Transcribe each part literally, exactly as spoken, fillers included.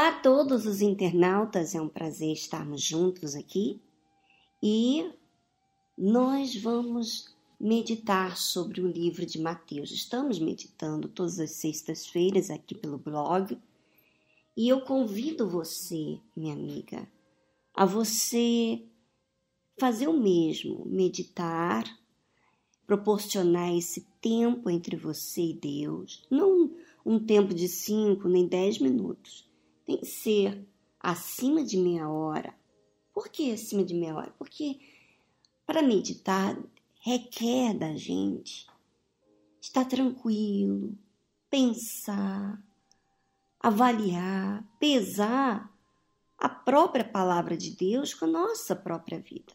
Olá a todos os internautas, é um prazer estarmos juntos aqui e nós vamos meditar sobre o livro de Mateus. Estamos meditando todas as sextas-feiras aqui pelo blog e eu convido você, minha amiga, a você fazer o mesmo, meditar, proporcionar esse tempo entre você e Deus, não um tempo de cinco nem dez minutos. Tem que ser acima de meia hora. Por que acima de meia hora? Porque para meditar requer da gente estar tranquilo, pensar, avaliar, pesar a própria palavra de Deus com a nossa própria vida.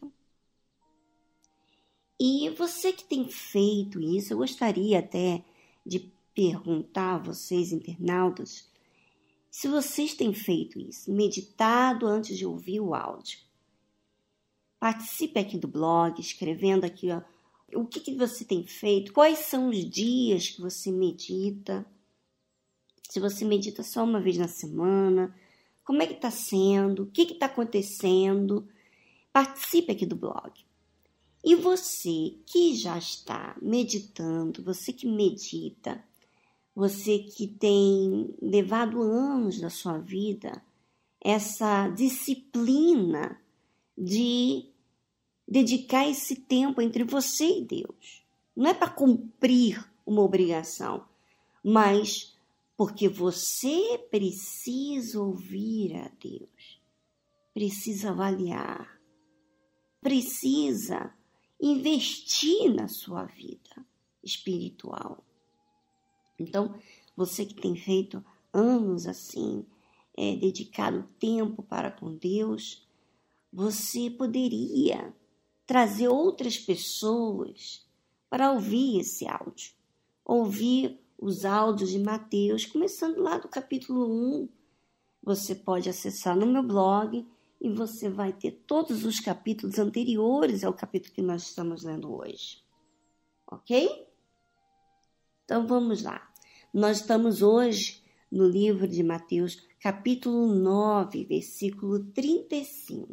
E você que tem feito isso, eu gostaria até de perguntar a vocês, internautas, se vocês têm feito isso, meditado antes de ouvir o áudio. Participe aqui do blog, escrevendo aqui ó, o que, que você tem feito, quais são os dias que você medita, se você medita só uma vez na semana, como é que está sendo, o que está acontecendo. Participe aqui do blog. E você que já está meditando, você que medita, você que tem levado anos da sua vida, essa disciplina de dedicar esse tempo entre você e Deus. Não é para cumprir uma obrigação, mas porque você precisa ouvir a Deus, precisa avaliar, precisa investir na sua vida espiritual. Então, você que tem feito anos assim, é, dedicado tempo para com Deus, você poderia trazer outras pessoas para ouvir esse áudio. Ouvir os áudios de Mateus, começando lá do capítulo um. Você pode acessar no meu blog e você vai ter todos os capítulos anteriores ao capítulo que nós estamos lendo hoje. Ok? Então, vamos lá. Nós estamos hoje no livro de Mateus, capítulo nove, versículo trinta e cinco.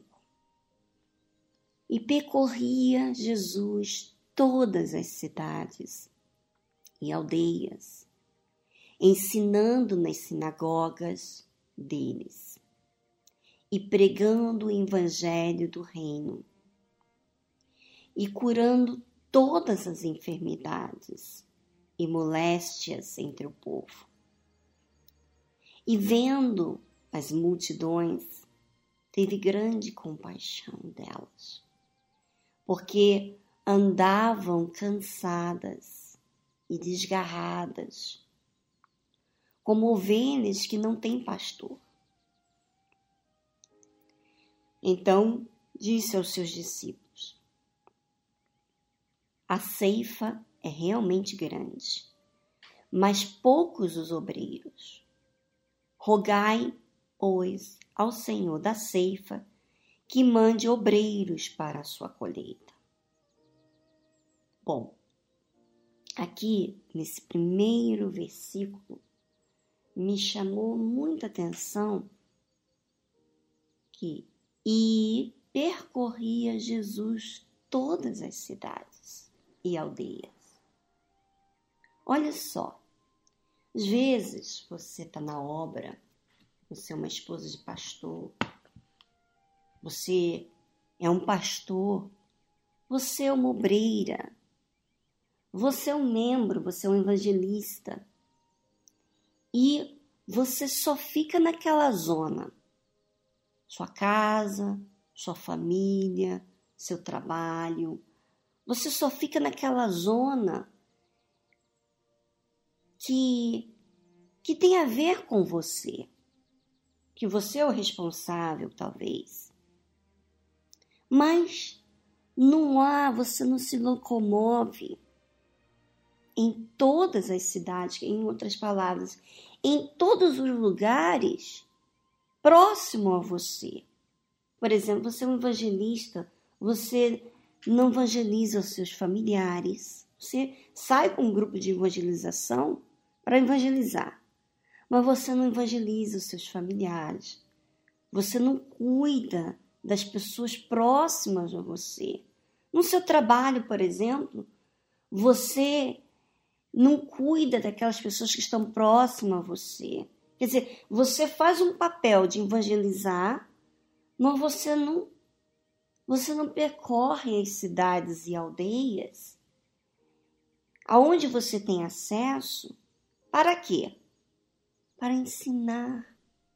E percorria Jesus todas as cidades e aldeias, ensinando nas sinagogas deles e pregando o evangelho do reino e curando todas as enfermidades e moléstias entre o povo. E vendo as multidões, teve grande compaixão delas, porque andavam cansadas e desgarradas, como ovelhas que não têm pastor. Então disse aos seus discípulos: a ceifa é realmente grande, mas poucos os obreiros. Rogai, pois, ao Senhor da ceifa que mande obreiros para a sua colheita. Bom, aqui nesse primeiro versículo me chamou muita atenção que e percorria Jesus todas as cidades e aldeias. Olha só, às vezes você está na obra, você é uma esposa de pastor, você é um pastor, você é uma obreira, você é um membro, você é um evangelista e você só fica naquela zona, sua casa, sua família, seu trabalho, você só fica naquela zona que, que tem a ver com você, que você é o responsável, talvez. Mas não há, você não se locomove em todas as cidades, em outras palavras, em todos os lugares próximo a você. Por exemplo, você é um evangelista, você não evangeliza os seus familiares, você sai com um grupo de evangelização para evangelizar, mas você não evangeliza os seus familiares. Você não cuida das pessoas próximas a você. No seu trabalho, por exemplo, você não cuida daquelas pessoas que estão próximas a você. Quer dizer, você faz um papel de evangelizar, mas você não, você não percorre as cidades e aldeias aonde você tem acesso. Para quê? Para ensinar,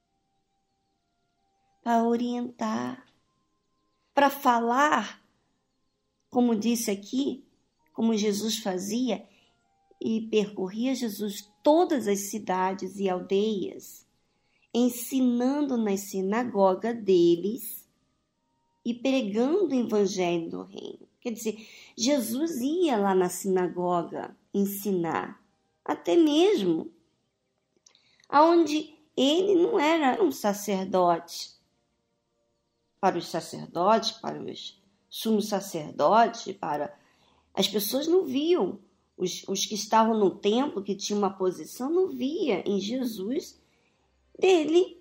para orientar, para falar, como disse aqui, como Jesus fazia, e percorria Jesus todas as cidades e aldeias, ensinando nas sinagogas deles e pregando o evangelho do reino. Quer dizer, Jesus ia lá na sinagoga ensinar, até mesmo aonde ele não era um sacerdote. Para os sacerdotes, para os sumos sacerdotes, para as pessoas não viam. Os, os que estavam no templo, que tinham uma posição, não via em Jesus dele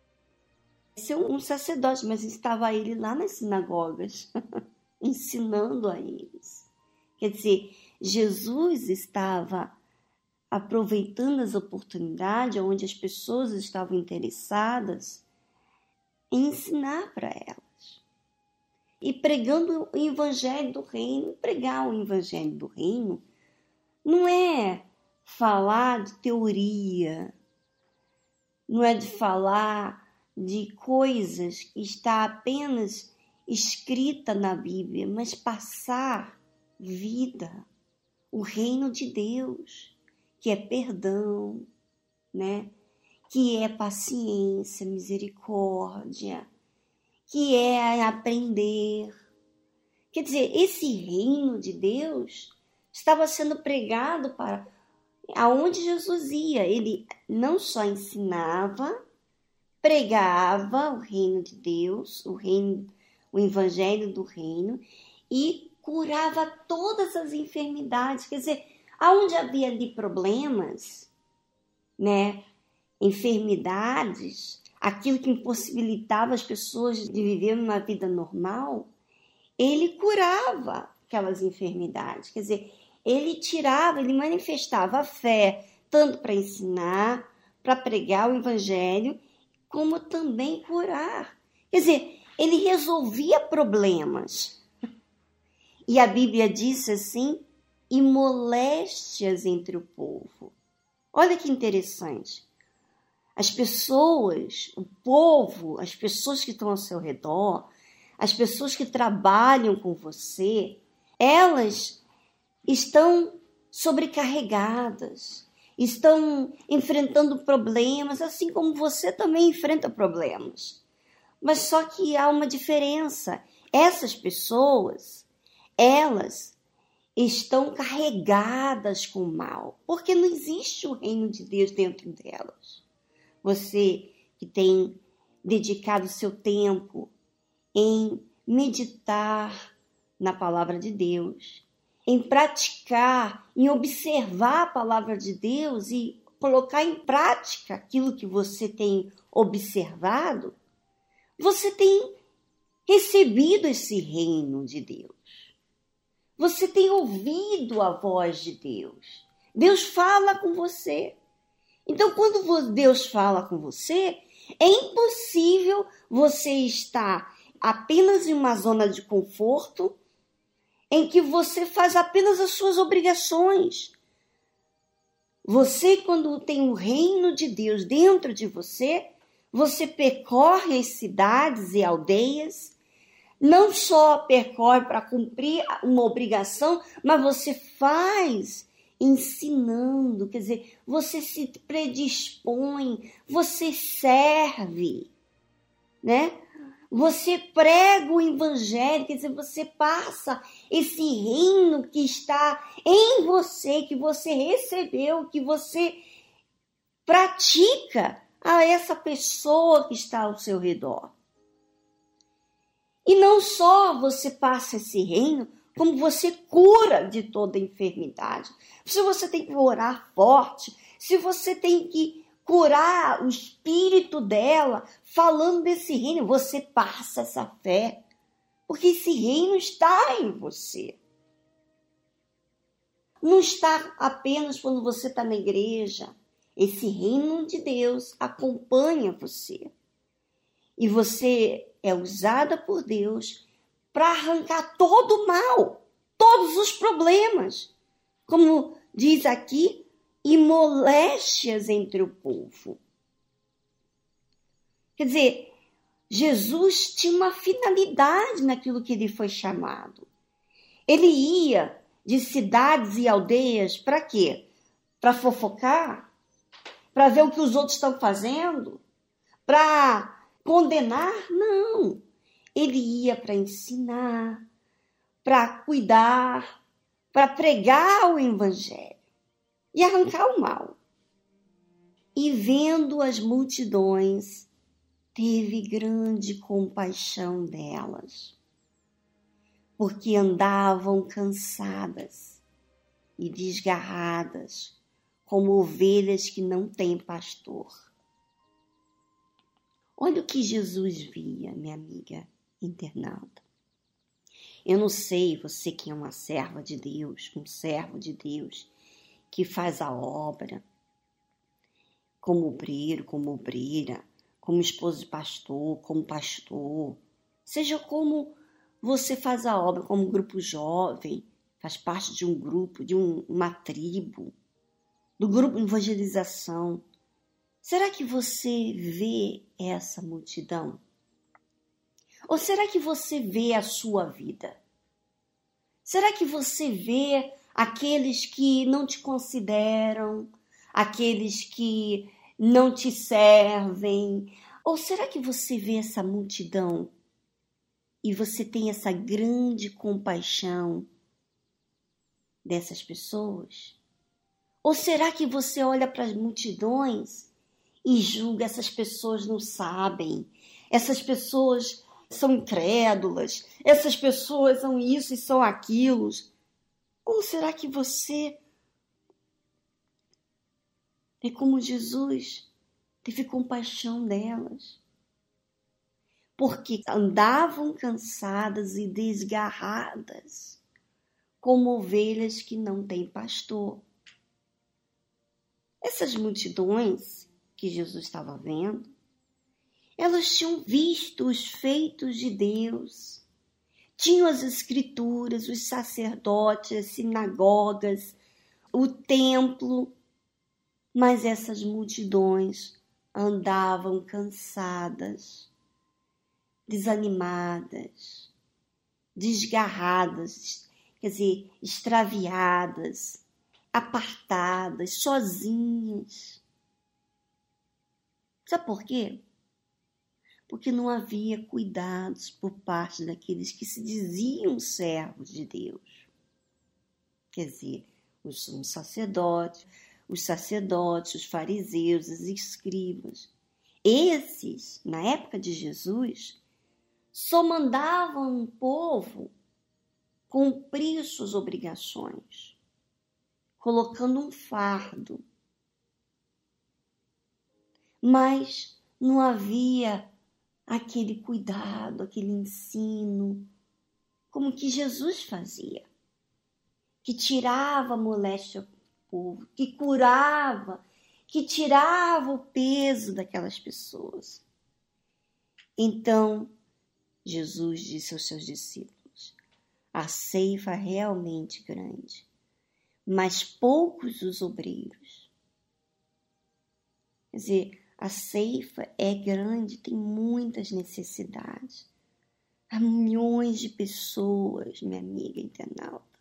ser um sacerdote, mas estava ele lá nas sinagogas, ensinando a eles. Quer dizer, Jesus estava aproveitando as oportunidades onde as pessoas estavam interessadas em ensinar para elas. E pregando o evangelho do reino. Pregar o evangelho do reino não é falar de teoria, não é de falar de coisas que está apenas escrita na Bíblia, mas passar vida, o reino de Deus, que é perdão, né? Que é paciência, misericórdia, que é aprender. Quer dizer, esse reino de Deus estava sendo pregado para aonde Jesus ia. Ele não só ensinava, pregava o reino de Deus, o reino, o evangelho do reino, e curava todas as enfermidades. Quer dizer, aonde havia ali problemas, né, enfermidades, aquilo que impossibilitava as pessoas de viver uma vida normal, ele curava aquelas enfermidades. Quer dizer, ele tirava, ele manifestava a fé, tanto para ensinar, para pregar o evangelho, como também curar. Quer dizer, ele resolvia problemas. E a Bíblia diz assim, e moléstias entre o povo. Olha que interessante. As pessoas, o povo, as pessoas que estão ao seu redor, as pessoas que trabalham com você, elas estão sobrecarregadas, estão enfrentando problemas, assim como você também enfrenta problemas. Mas só que há uma diferença. Essas pessoas, elas estão carregadas com o mal, porque não existe o reino de Deus dentro delas. Você que tem dedicado seu tempo em meditar na palavra de Deus, em praticar, em observar a palavra de Deus e colocar em prática aquilo que você tem observado, você tem recebido esse reino de Deus. Você tem ouvido a voz de Deus. Deus fala com você. Então, quando Deus fala com você, é impossível você estar apenas em uma zona de conforto, em que você faz apenas as suas obrigações. Você, quando tem o reino de Deus dentro de você, você percorre as cidades e aldeias, não só percorre para cumprir uma obrigação, mas você faz ensinando, quer dizer, você se predispõe, você serve, né? Você prega o evangelho, quer dizer, você passa esse reino que está em você, que você recebeu, que você pratica a essa pessoa que está ao seu redor. E não só você passa esse reino, como você cura de toda enfermidade. Se você tem que orar forte, se você tem que curar o espírito dela, falando desse reino. Você passa essa fé, porque esse reino está em você. Não está apenas quando você está na igreja. Esse reino de Deus acompanha você. E você é usada por Deus para arrancar todo o mal, todos os problemas. Como diz aqui, e moléstias entre o povo. Quer dizer, Jesus tinha uma finalidade naquilo que ele foi chamado. Ele ia de cidades e aldeias para quê? Para fofocar? Para ver o que os outros estão fazendo? Para condenar? Não. Ele ia para ensinar, para cuidar, para pregar o evangelho e arrancar o mal. E vendo as multidões, teve grande compaixão delas, porque andavam cansadas e desgarradas, como ovelhas que não têm pastor. Olha o que Jesus via, minha amiga internauta. Eu não sei, você que é uma serva de Deus, um servo de Deus, que faz a obra, como obreiro, como obreira, como esposo de pastor, como pastor, seja como você faz a obra, como grupo jovem, faz parte de um grupo, de um, uma tribo, do grupo de evangelização. Será que você vê essa multidão? Ou será que você vê a sua vida? Será que você vê aqueles que não te consideram, aqueles que não te servem? Ou será que você vê essa multidão e você tem essa grande compaixão dessas pessoas? Ou será que você olha para as multidões e julga essas pessoas não sabem, essas pessoas são incrédulas, essas pessoas são isso e são aquilo? Ou será que você é como Jesus, teve compaixão delas? Porque andavam cansadas e desgarradas, como ovelhas que não têm pastor. Essas multidões que Jesus estava vendo, elas tinham visto os feitos de Deus, tinham as escrituras, os sacerdotes, as sinagogas, o templo, mas essas multidões andavam cansadas, desanimadas, desgarradas, quer dizer, extraviadas, apartadas, sozinhas. Sabe por quê? Porque não havia cuidados por parte daqueles que se diziam servos de Deus. Quer dizer, os sumos sacerdotes, os sacerdotes, os fariseus, os escribas. Esses, na época de Jesus, só mandavam o povo cumprir suas obrigações, colocando um fardo. Mas não havia aquele cuidado, aquele ensino, como que Jesus fazia, que tirava a moléstia do povo, que curava, que tirava o peso daquelas pessoas. Então, Jesus disse aos seus discípulos: a ceifa é realmente grande, mas poucos os obreiros. Quer dizer, a ceifa é grande, tem muitas necessidades. Há milhões de pessoas, minha amiga internauta,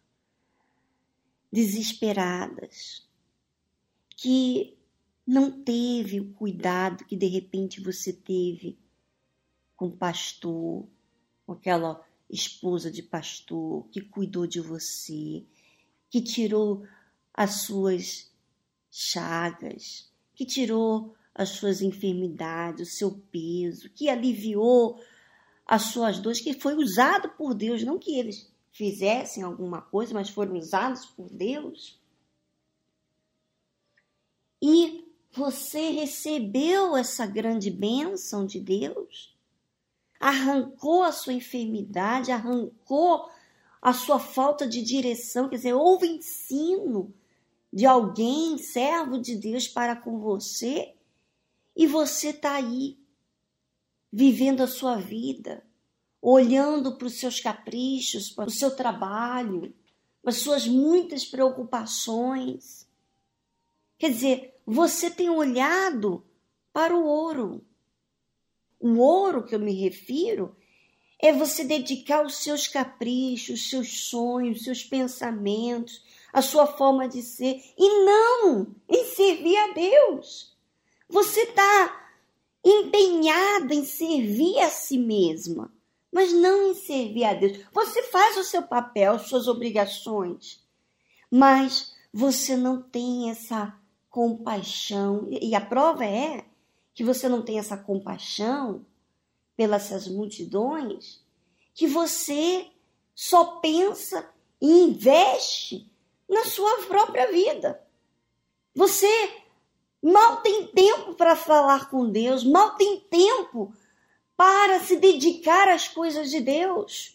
desesperadas, que não teve o cuidado que de repente você teve com o pastor, com aquela esposa de pastor que cuidou de você, que tirou as suas chagas, que tirou as suas enfermidades, o seu peso, que aliviou as suas dores, que foi usado por Deus, não que eles fizessem alguma coisa, mas foram usados por Deus. E Você recebeu essa grande bênção de Deus? Arrancou a sua enfermidade, arrancou a sua falta de direção, quer dizer, houve ensino de alguém, servo de Deus para com você, e você está aí, vivendo a sua vida, olhando para os seus caprichos, para o seu trabalho, para as suas muitas preocupações. Quer dizer, você tem olhado para o ouro. O ouro que eu me refiro é você dedicar os seus caprichos, os seus sonhos, os seus pensamentos, a sua forma de ser, e não em servir a Deus. Você está empenhada em servir a si mesma, mas não em servir a Deus. Você faz o seu papel, as suas obrigações, mas você não tem essa compaixão. E a prova é que você não tem essa compaixão pelas essas multidões, que você só pensa e investe na sua própria vida. Você mal tem tempo para falar com Deus, mal tem tempo para se dedicar às coisas de Deus.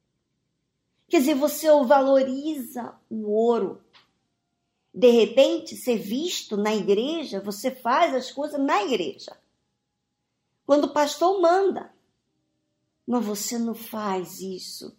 Quer dizer, você valoriza o ouro. De repente, ser visto na igreja, você faz as coisas na igreja. Quando o pastor manda. Mas você não faz isso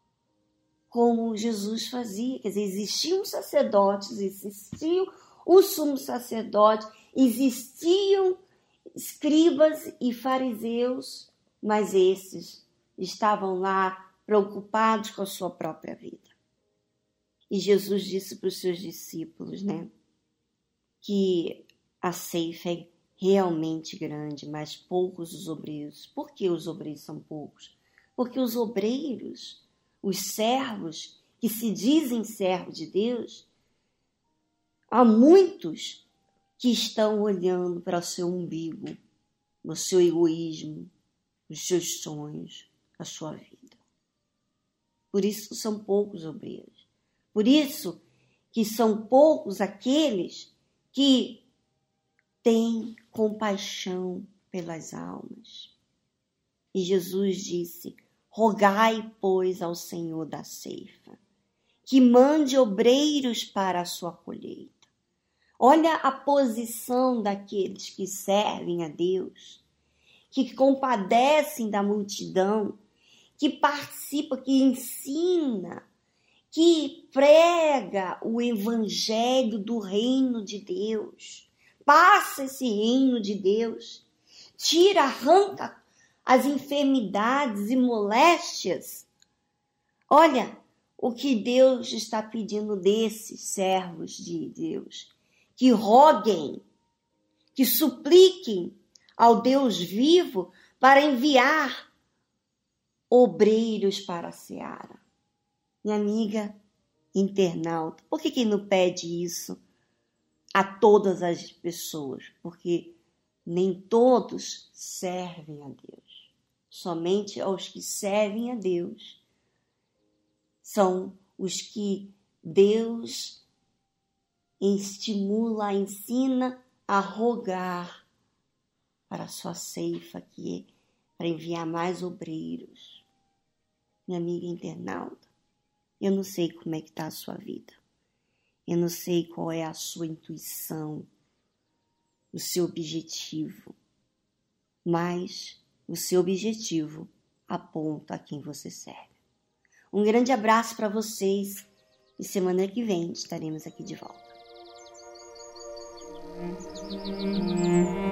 como Jesus fazia. Quer dizer, existiam sacerdotes, existiam o sumo sacerdote, existiam escribas e fariseus, mas esses estavam lá preocupados com a sua própria vida. E Jesus disse para os seus discípulos, né, que a ceifa é realmente grande, mas poucos os obreiros. Por que os obreiros são poucos? Porque os obreiros, os servos, que se dizem servos de Deus, há muitos que estão olhando para o seu umbigo, o seu egoísmo, os seus sonhos, a sua vida. Por isso são poucos obreiros. Por isso que são poucos aqueles que têm compaixão pelas almas. E Jesus disse: rogai, pois, ao Senhor da ceifa, que mande obreiros para a sua colheita. Olha a posição daqueles que servem a Deus, que compadecem da multidão, que participa, que ensina, que prega o evangelho do reino de Deus, passa esse reino de Deus, tira, arranca as enfermidades e moléstias. Olha o que Deus está pedindo desses servos de Deus, que roguem, que supliquem ao Deus vivo para enviar obreiros para a seara. Minha amiga internauta, por que que não pede isso a todas as pessoas? Porque nem todos servem a Deus. Somente aos que servem a Deus são os que Deus estimula, ensina a rogar para a sua ceifa, que é para enviar mais obreiros. Minha amiga internauta, eu não sei como é que está a sua vida. Eu não sei qual é a sua intuição, o seu objetivo. Mas o seu objetivo aponta a quem você serve. Um grande abraço para vocês e semana que vem estaremos aqui de volta.